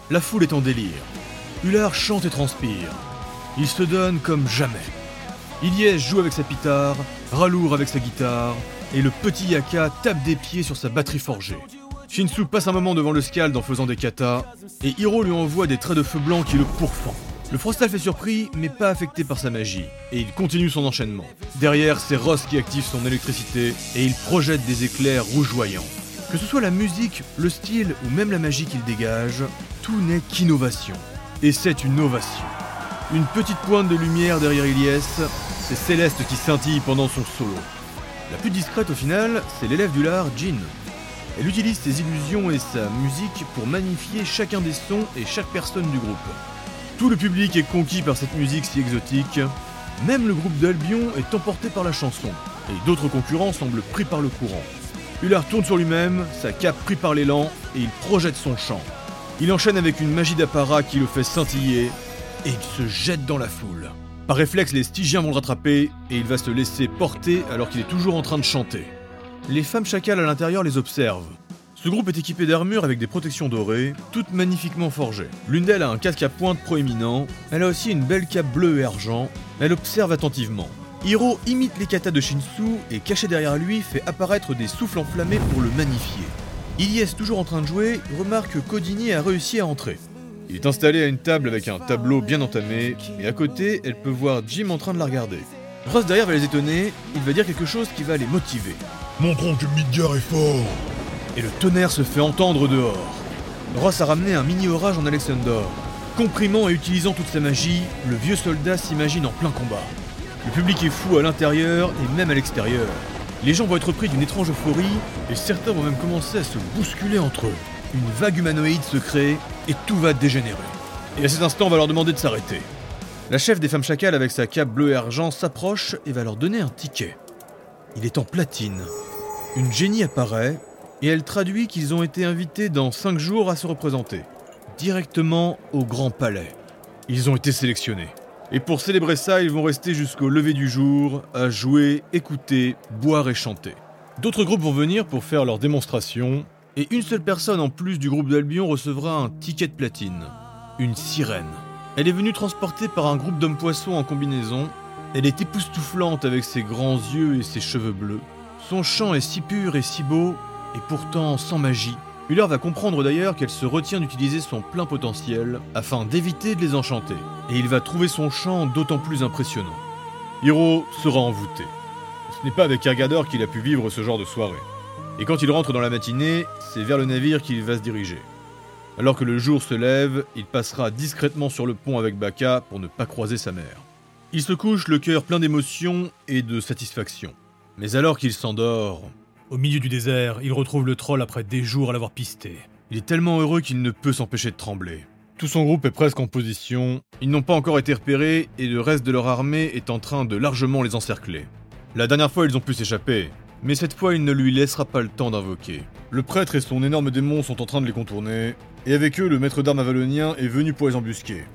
La foule est en délire. Ullr chante et transpire. Il se donne comme jamais. Ilyes joue avec sa pitare, Ralour avec sa guitare, et le petit Yaka tape des pieds sur sa batterie forgée. Shinsu passe un moment devant le Scald en faisant des katas, et Hiro lui envoie des traits de feu blanc qui le pourfendent. Le Frostalf est surpris, mais pas affecté par sa magie, et il continue son enchaînement. Derrière, c'est Ross qui active son électricité, et il projette des éclairs rougeoyants. Que ce soit la musique, le style ou même la magie qu'il dégage, tout n'est qu'innovation. Et c'est une ovation. Une petite pointe de lumière derrière Ilyes, c'est Céleste qui scintille pendant son solo. La plus discrète au final, c'est l'élève d'Ullr, Jin. Elle utilise ses illusions et sa musique pour magnifier chacun des sons et chaque personne du groupe. Tout le public est conquis par cette musique si exotique, même le groupe d'Albion est emporté par la chanson, et d'autres concurrents semblent pris par le courant. Ullr tourne sur lui-même, sa cape pris par l'élan, et il projette son chant. Il enchaîne avec une magie d'apparat qui le fait scintiller, et il se jette dans la foule. Par réflexe, les Stygiens vont le rattraper, et il va se laisser porter alors qu'il est toujours en train de chanter. Les femmes chacals à l'intérieur les observent. Ce groupe est équipé d'armures avec des protections dorées, toutes magnifiquement forgées. L'une d'elles a un casque à pointe proéminent, elle a aussi une belle cape bleue et argent, elle observe attentivement. Hiro imite les katas de Shinsu et caché derrière lui fait apparaître des souffles enflammés pour le magnifier. Ilyes, toujours en train de jouer, remarque que Codini a réussi à entrer. Il est installé à une table avec un tableau bien entamé, et à côté, elle peut voir Jim en train de la regarder. Ross derrière va les étonner, il va dire quelque chose qui va les motiver. Montrons que Midgar est fort. Et le tonnerre se fait entendre dehors. Ross a ramené un mini-orage en Alexandor. Comprimant et utilisant toute sa magie, le vieux soldat s'imagine en plein combat. Le public est fou à l'intérieur et même à l'extérieur. Les gens vont être pris d'une étrange euphorie et certains vont même commencer à se bousculer entre eux. Une vague humanoïde se crée et tout va dégénérer. Et à cet instant, on va leur demander de s'arrêter. La chef des femmes chacals avec sa cape bleue et argent s'approche et va leur donner un ticket. Il est en platine. Une génie apparaît et elle traduit qu'ils ont été invités dans 5 jours à se représenter, directement au Grand Palais. Ils ont été sélectionnés. Et pour célébrer ça, ils vont rester jusqu'au lever du jour, à jouer, écouter, boire et chanter. D'autres groupes vont venir pour faire leur démonstration, et une seule personne en plus du groupe d'Albion recevra un ticket de platine. Une sirène. Elle est venue transportée par un groupe d'hommes-poissons en combinaison. Elle est époustouflante avec ses grands yeux et ses cheveux bleus. Son chant est si pur et si beau, et pourtant sans magie. Ullr va comprendre d'ailleurs qu'elle se retient d'utiliser son plein potentiel afin d'éviter de les enchanter. Et il va trouver son chant d'autant plus impressionnant. Hiro sera envoûté. Ce n'est pas avec Ergador qu'il a pu vivre ce genre de soirée. Et quand il rentre dans la matinée, c'est vers le navire qu'il va se diriger. Alors que le jour se lève, il passera discrètement sur le pont avec Baka pour ne pas croiser sa mère. Il se couche le cœur plein d'émotion et de satisfaction. Mais alors qu'il s'endort, au milieu du désert, il retrouve le troll après des jours à l'avoir pisté. Il est tellement heureux qu'il ne peut s'empêcher de trembler. Tout son groupe est presque en position, ils n'ont pas encore été repérés et le reste de leur armée est en train de largement les encercler. La dernière fois, ils ont pu s'échapper, mais cette fois, il ne lui laissera pas le temps d'invoquer. Le prêtre et son énorme démon sont en train de les contourner, et avec eux, le maître d'armes avalonien est venu pour les embusquer.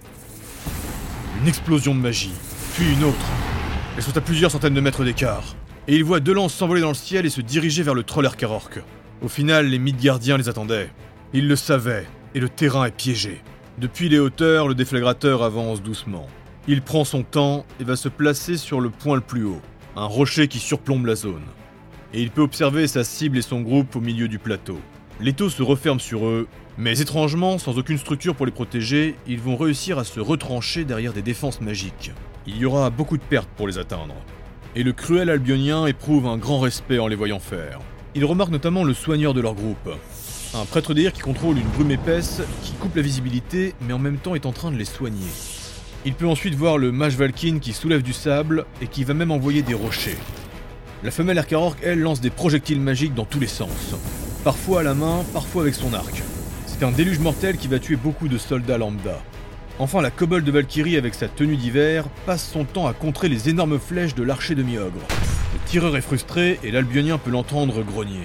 Une explosion de magie, puis une autre. Elles sont à plusieurs centaines de mètres d'écart. Et il voit 2 lances s'envoler dans le ciel et se diriger vers le troll Erkarork. Au final, les Midgardiens les attendaient. Ils le savaient, et le terrain est piégé. Depuis les hauteurs, le déflagrateur avance doucement. Il prend son temps et va se placer sur le point le plus haut, un rocher qui surplombe la zone. Et il peut observer sa cible et son groupe au milieu du plateau. L'étau se referme sur eux, mais étrangement, sans aucune structure pour les protéger, ils vont réussir à se retrancher derrière des défenses magiques. Il y aura beaucoup de pertes pour les atteindre. Et le cruel Albionien éprouve un grand respect en les voyant faire. Il remarque notamment le soigneur de leur groupe. Un prêtre d'Air qui contrôle une brume épaisse qui coupe la visibilité mais en même temps est en train de les soigner. Il peut ensuite voir le mage Valkyne qui soulève du sable et qui va même envoyer des rochers. La femelle Erkarork, elle, lance des projectiles magiques dans tous les sens. Parfois à la main, parfois avec son arc. C'est un déluge mortel qui va tuer beaucoup de soldats lambda. Enfin, la kobold de Valkyrie avec sa tenue d'hiver passe son temps à contrer les énormes flèches de l'archer demi-ogre. Le tireur est frustré et l'Albionien peut l'entendre grogner.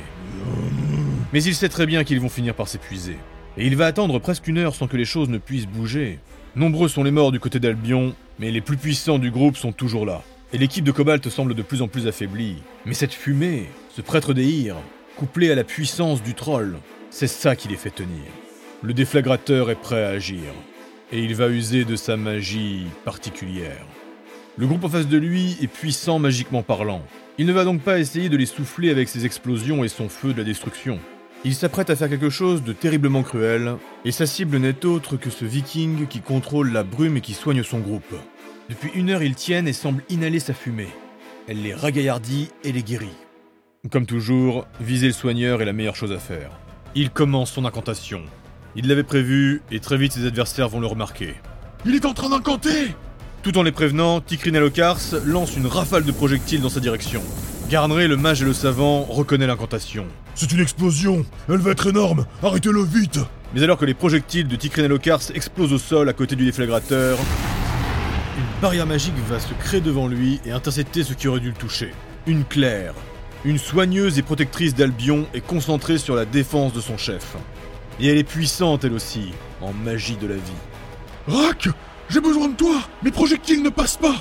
Mais il sait très bien qu'ils vont finir par s'épuiser. Et il va attendre presque 1 heure sans que les choses ne puissent bouger. Nombreux sont les morts du côté d'Albion, mais les plus puissants du groupe sont toujours là. Et l'équipe de Cobalt semble de plus en plus affaiblie. Mais cette fumée, ce prêtre d'Air, couplé à la puissance du troll, c'est ça qui les fait tenir. Le déflagrateur est prêt à agir, et il va user de sa magie particulière. Le groupe en face de lui est puissant magiquement parlant. Il ne va donc pas essayer de les souffler avec ses explosions et son feu de la destruction. Il s'apprête à faire quelque chose de terriblement cruel, et sa cible n'est autre que ce viking qui contrôle la brume et qui soigne son groupe. Depuis 1 heure, ils tiennent et semblent inhaler sa fumée. Elle les ragaillardit et les guérit. Comme toujours, viser le soigneur est la meilleure chose à faire. Il commence son incantation. Il l'avait prévu, et très vite ses adversaires vont le remarquer. Il est en train d'incanter! Tout en les prévenant, Tikrin Alokars lance une rafale de projectiles dans sa direction. Garnray, le mage et le savant, reconnaît l'incantation. C'est une explosion! Elle va être énorme! Arrêtez-le vite! Mais alors que les projectiles de Tikrin Alokars explosent au sol à côté du déflagrateur, une barrière magique va se créer devant lui et intercepter ce qui aurait dû le toucher. Une Claire, une soigneuse et protectrice d'Albion, est concentrée sur la défense de son chef. Et elle est puissante elle aussi, en magie de la vie. Rak! J'ai besoin de toi! Mes projectiles ne passent pas!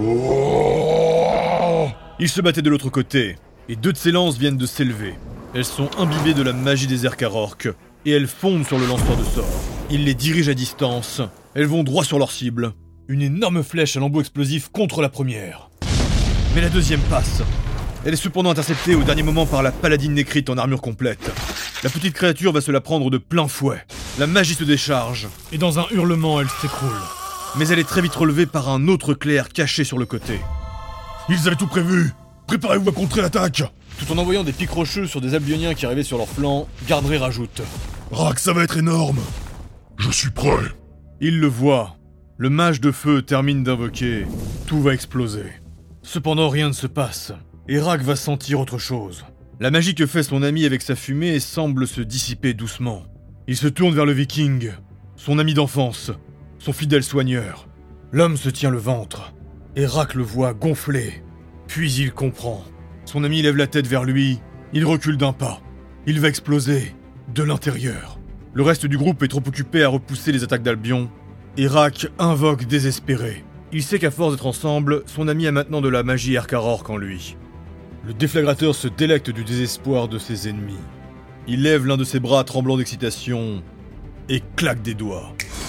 Oh! Il se battait de l'autre côté, et 2 de ses lances viennent de s'élever. Elles sont imbibées de la magie des Erkarork, et elles fondent sur le lanceur de sorts. Il les dirige à distance, elles vont droit sur leur cible. Une énorme flèche à lambeau explosif contre la première. Mais la deuxième passe. Elle est cependant interceptée au dernier moment par la paladine nécrite en armure complète. La petite créature va se la prendre de plein fouet. La magie se décharge, et dans un hurlement, elle s'écroule. Mais elle est très vite relevée par un autre clair caché sur le côté. Ils avaient tout prévu! Préparez-vous à contrer l'attaque! Tout en envoyant des pics rocheux sur des albioniens qui arrivaient sur leur flanc, Garnray rajoute. Rak, ça va être énorme! Je suis prêt! Il le voit. Le mage de feu termine d'invoquer. Tout va exploser. Cependant, rien ne se passe. Et Rak va sentir autre chose. La magie que fait son ami avec sa fumée semble se dissiper doucement. Il se tourne vers le viking, son ami d'enfance, son fidèle soigneur. L'homme se tient le ventre, et Rak le voit gonfler. Puis il comprend. Son ami lève la tête vers lui, il recule d'un pas. Il va exploser, de l'intérieur. Le reste du groupe est trop occupé à repousser les attaques d'Albion, et Rak invoque désespéré. Il sait qu'à force d'être ensemble, son ami a maintenant de la magie Erkarork en lui. Le déflagrateur se délecte du désespoir de ses ennemis. Il lève l'un de ses bras tremblant d'excitation et claque des doigts.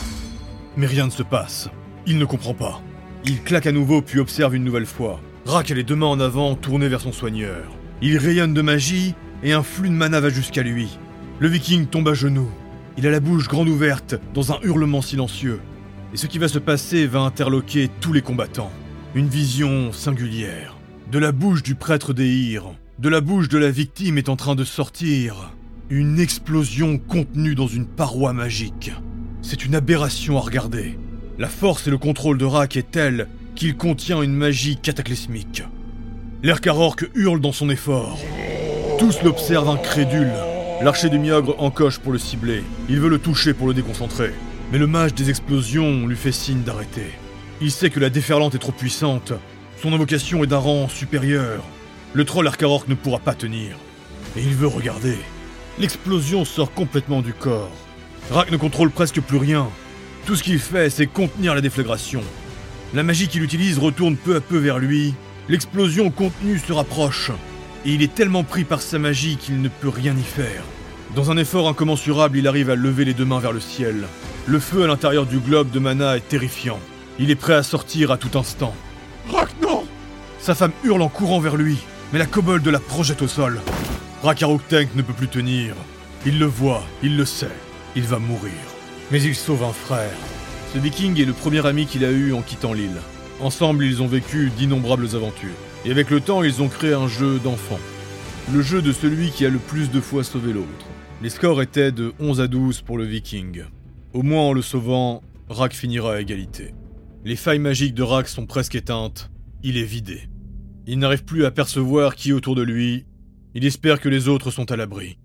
Mais rien ne se passe. Il ne comprend pas. Il claque à nouveau puis observe une nouvelle fois. Rak a les 2 mains en avant tournées vers son soigneur. Il rayonne de magie et un flux de mana va jusqu'à lui. Le viking tombe à genoux. Il a la bouche grande ouverte dans un hurlement silencieux. Et ce qui va se passer va interloquer tous les combattants. Une vision singulière. De la bouche du prêtre d'Ehir, de la bouche de la victime est en train de sortir une explosion contenue dans une paroi magique. C'est une aberration à regarder. La force et le contrôle de Rak est telle qu'il contient une magie cataclysmique. L'Erkarork hurle dans son effort. Tous l'observent incrédules. L'archer du Miogre encoche pour le cibler. Il veut le toucher pour le déconcentrer. Mais le mage des explosions lui fait signe d'arrêter. Il sait que la déferlante est trop puissante. Son invocation est d'un rang supérieur. Le troll Erkarork ne pourra pas tenir. Et il veut regarder. L'explosion sort complètement du corps. Rak ne contrôle presque plus rien. Tout ce qu'il fait, c'est contenir la déflagration. La magie qu'il utilise retourne peu à peu vers lui. L'explosion contenue se rapproche. Et il est tellement pris par sa magie qu'il ne peut rien y faire. Dans un effort incommensurable, il arrive à lever les 2 mains vers le ciel. Le feu à l'intérieur du globe de mana est terrifiant. Il est prêt à sortir à tout instant. Rak, non! Sa femme hurle en courant vers lui, mais la kobold la projette au sol. Rak Aruktenk ne peut plus tenir. Il le voit, il le sait, il va mourir. Mais il sauve un frère. Ce viking est le premier ami qu'il a eu en quittant l'île. Ensemble, ils ont vécu d'innombrables aventures. Et avec le temps, ils ont créé un jeu d'enfant. Le jeu de celui qui a le plus de fois sauvé l'autre. Les scores étaient de 11 à 12 pour le viking. Au moins en le sauvant, Rak finira à égalité. Les failles magiques de Rak sont presque éteintes. Il est vidé. Il n'arrive plus à percevoir qui est autour de lui. Il espère que les autres sont à l'abri.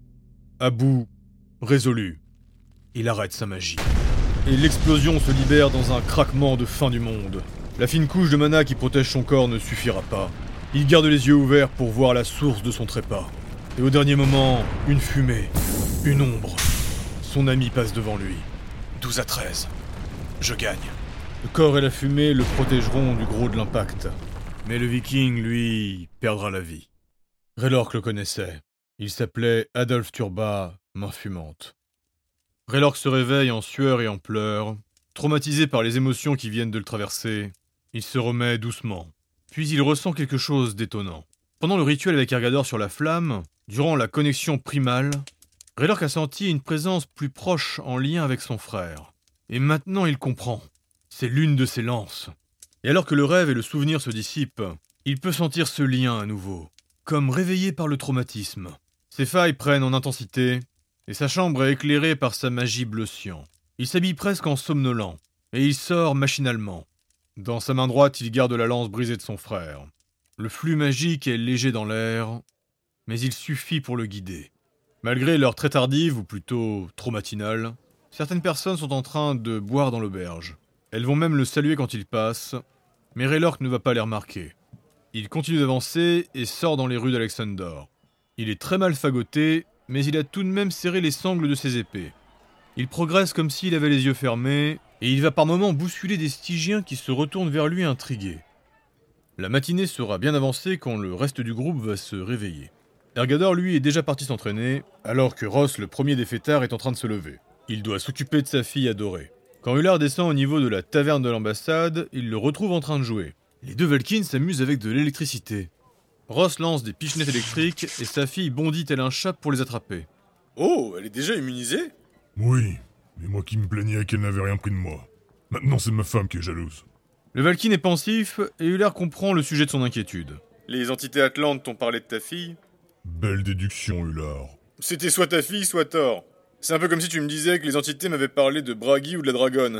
À bout, résolu, il arrête sa magie. Et l'explosion se libère dans un craquement de fin du monde. La fine couche de mana qui protège son corps ne suffira pas. Il garde les yeux ouverts pour voir la source de son trépas. Et au dernier moment, une fumée, une ombre. Son ami passe devant lui. 12 à 13. Je gagne. Le corps et la fumée le protégeront du gros de l'impact. Mais le viking, lui, perdra la vie. Raylork le connaissait. Il s'appelait Adolphe Turba, main fumante. Raylork se réveille en sueur et en pleurs. Traumatisé par les émotions qui viennent de le traverser, il se remet doucement. Puis il ressent quelque chose d'étonnant. Pendant le rituel avec Ergador sur la flamme, durant la connexion primale, Raylork a senti une présence plus proche en lien avec son frère. Et maintenant il comprend. C'est l'une de ses lances. Et alors que le rêve et le souvenir se dissipent, il peut sentir ce lien à nouveau, comme réveillé par le traumatisme. Ses failles prennent en intensité, et sa chambre est éclairée par sa magie bleu cyan. Il s'habille presque en somnolent, et il sort machinalement. Dans sa main droite, il garde la lance brisée de son frère. Le flux magique est léger dans l'air, mais il suffit pour le guider. Malgré l'heure très tardive, ou plutôt trop matinale, certaines personnes sont en train de boire dans l'auberge. Elles vont même le saluer quand il passe, mais Raylork ne va pas les remarquer. Il continue d'avancer et sort dans les rues d'Alexandor. Il est très mal fagoté, mais il a tout de même serré les sangles de ses épées. Il progresse comme s'il avait les yeux fermés, et il va par moments bousculer des Stygiens qui se retournent vers lui intrigués. La matinée sera bien avancée quand le reste du groupe va se réveiller. Ergador, lui, est déjà parti s'entraîner, alors que Ross, le premier des fêtards, est en train de se lever. Il doit s'occuper de sa fille adorée. Quand Ular descend au niveau de la taverne de l'ambassade, il le retrouve en train de jouer. Les deux Valkynes s'amusent avec de l'électricité. Ross lance des pichenettes électriques et sa fille bondit tel un chat pour les attraper. Oh, elle est déjà immunisée ? Oui, mais moi qui me plaignais qu'elle n'avait rien pris de moi. Maintenant c'est ma femme qui est jalouse. Le Valkyne est pensif et Ular comprend le sujet de son inquiétude. Les entités atlantes t'ont parlé de ta fille ? Belle déduction, Ular. C'était soit ta fille, soit Thor. C'est un peu comme si tu me disais que les entités m'avaient parlé de Bragi ou de la dragonne.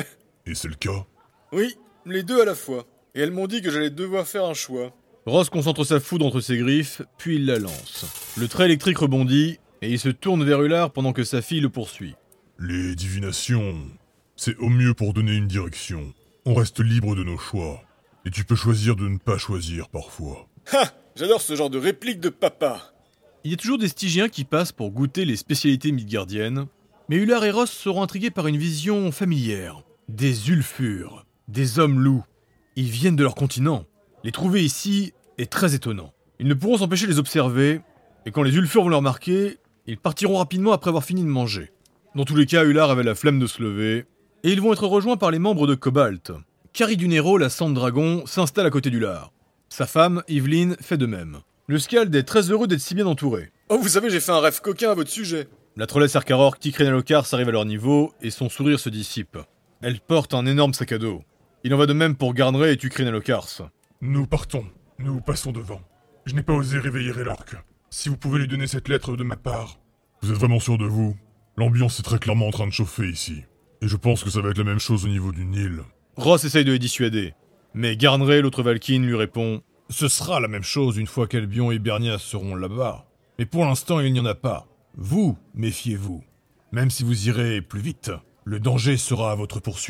Et c'est le cas? Oui, les deux à la fois. Et elles m'ont dit que j'allais devoir faire un choix. Ross concentre sa foudre entre ses griffes, puis il la lance. Le trait électrique rebondit, et il se tourne vers Ular pendant que sa fille le poursuit. Les divinations, c'est au mieux pour donner une direction. On reste libre de nos choix. Et tu peux choisir de ne pas choisir parfois. Ha! J'adore ce genre de réplique de papa. Il y a toujours des Stygiens qui passent pour goûter les spécialités midgardiennes, mais Ular et Ross seront intrigués par une vision familière. Des Ulfurs, des hommes loups. Ils viennent de leur continent. Les trouver ici est très étonnant. Ils ne pourront s'empêcher de les observer, et quand les Ulfurs vont les remarquer, ils partiront rapidement après avoir fini de manger. Dans tous les cas, Ular avait la flemme de se lever, et ils vont être rejoints par les membres de Cobalt. Carrie Dunero, la Sand Dragon, s'installe à côté d'Ular. Sa femme, Evelyn, fait de même. Le Skald est très heureux d'être si bien entouré. Oh, vous savez, j'ai fait un rêve coquin à votre sujet. La trollesse Arkaror, Tikrenalokars arrive à leur niveau, et son sourire se dissipe. Elle porte un énorme sac à dos. Il en va de même pour Garnray et Tukrenalokars. Nous partons. Nous passons devant. Je n'ai pas osé réveiller Raylork. Si vous pouvez lui donner cette lettre de ma part. Vous êtes vraiment sûr de vous? L'ambiance est très clairement en train de chauffer ici. Et je pense que ça va être la même chose au niveau du Nil. Ross essaye de les dissuader. Mais Garnray, l'autre Valkyne, lui répond « Ce sera la même chose une fois qu'Albion et Bernias seront là-bas. Mais pour l'instant, il n'y en a pas. Vous, méfiez-vous. Même si vous irez plus vite, le danger sera à votre poursuite. »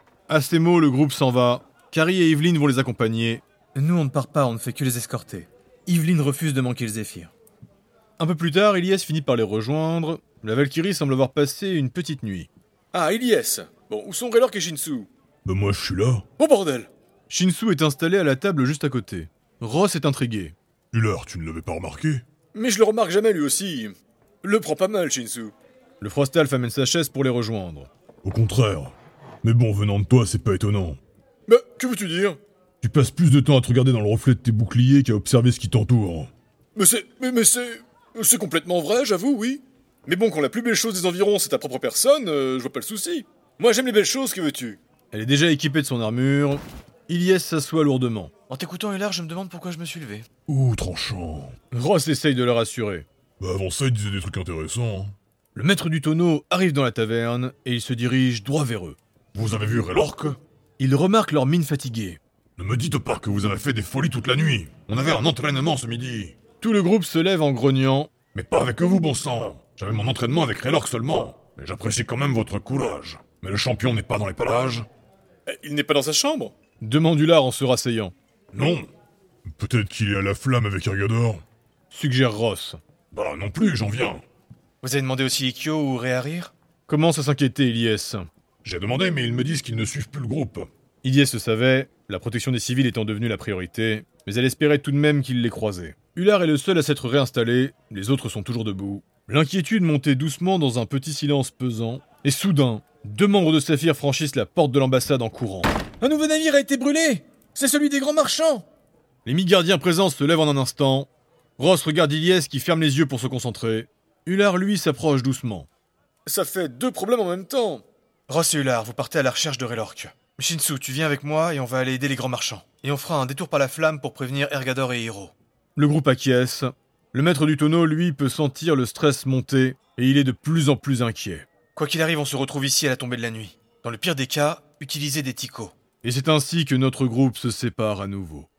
À ces mots, le groupe s'en va. Carrie et Evelyn vont les accompagner. Nous, on ne part pas, on ne fait que les escorter. Evelyn refuse de manquer le Zéphyr. Un peu plus tard, Ilyes finit par les rejoindre. La Valkyrie semble avoir passé une petite nuit. Ah, Ilyes. Bon, où sont Raylork et Shinsu? Bah moi je suis là. Oh bordel! Shinsu est installé à la table juste à côté. Ross est intrigué. Ular, tu ne l'avais pas remarqué? Mais je le remarque jamais lui aussi. Le prend pas mal, Shinsu. Le Frostalf amène sa chaise pour les rejoindre. Au contraire. Mais bon, venant de toi, c'est pas étonnant. Bah, que veux-tu dire? Tu passes plus de temps à te regarder dans le reflet de tes boucliers qu'à observer ce qui t'entoure. Mais c'est complètement vrai, j'avoue, oui. Mais bon, quand la plus belle chose des environs, c'est ta propre personne, je vois pas le souci. Moi, j'aime les belles choses, que veux-tu? Elle est déjà équipée de son armure. Ilyes s'assoit lourdement. En t'écoutant, Ular, je me demande pourquoi je me suis levé. Ouh, tranchant. Ross essaye de le rassurer. Bah avant ça, il disait des trucs intéressants. Le maître du tonneau arrive dans la taverne et il se dirige droit vers eux. Vous avez vu Raylork? Il remarque leur mine fatiguée. Ne me dites pas que vous avez fait des folies toute la nuit. On avait un entraînement ce midi. Tout le groupe se lève en grognant. Mais pas avec vous, bon sang. J'avais mon entraînement avec Raylork seulement. Mais j'apprécie quand même votre courage. Mais le champion n'est pas dans les parages. Il n'est pas dans sa chambre? Demande Ular en se rasseyant. Non. Peut-être qu'il est à la flamme avec Ergador. Suggère Ross. Bah non plus, j'en viens. Vous avez demandé aussi Ikkyo ou Réharir? Commence à s'inquiéter Ilyes. J'ai demandé, mais ils me disent qu'ils ne suivent plus le groupe. Ilyes le savait, la protection des civils étant devenue la priorité, mais elle espérait tout de même qu'il les croisait. Ular est le seul à s'être réinstallé, les autres sont toujours debout. L'inquiétude montait doucement dans un petit silence pesant, et soudain, 2 membres de Saphir franchissent la porte de l'ambassade en courant. Un nouveau navire a été brûlé! C'est celui des grands marchands! Les mi-gardiens présents se lèvent en un instant. Ross regarde Ilyes qui ferme les yeux pour se concentrer. Ular, lui, s'approche doucement. Ça fait 2 problèmes en même temps. Ross et Ular, vous partez à la recherche de Raylork. Shinsu, tu viens avec moi et on va aller aider les grands marchands. Et on fera un détour par la flamme pour prévenir Ergador et Hiro. Le groupe acquiesce. Le maître du tonneau, lui, peut sentir le stress monter et il est de plus en plus inquiet. Quoi qu'il arrive, on se retrouve ici à la tombée de la nuit. Dans le pire des cas, utilisez des ticots. Et c'est ainsi que notre groupe se sépare à nouveau.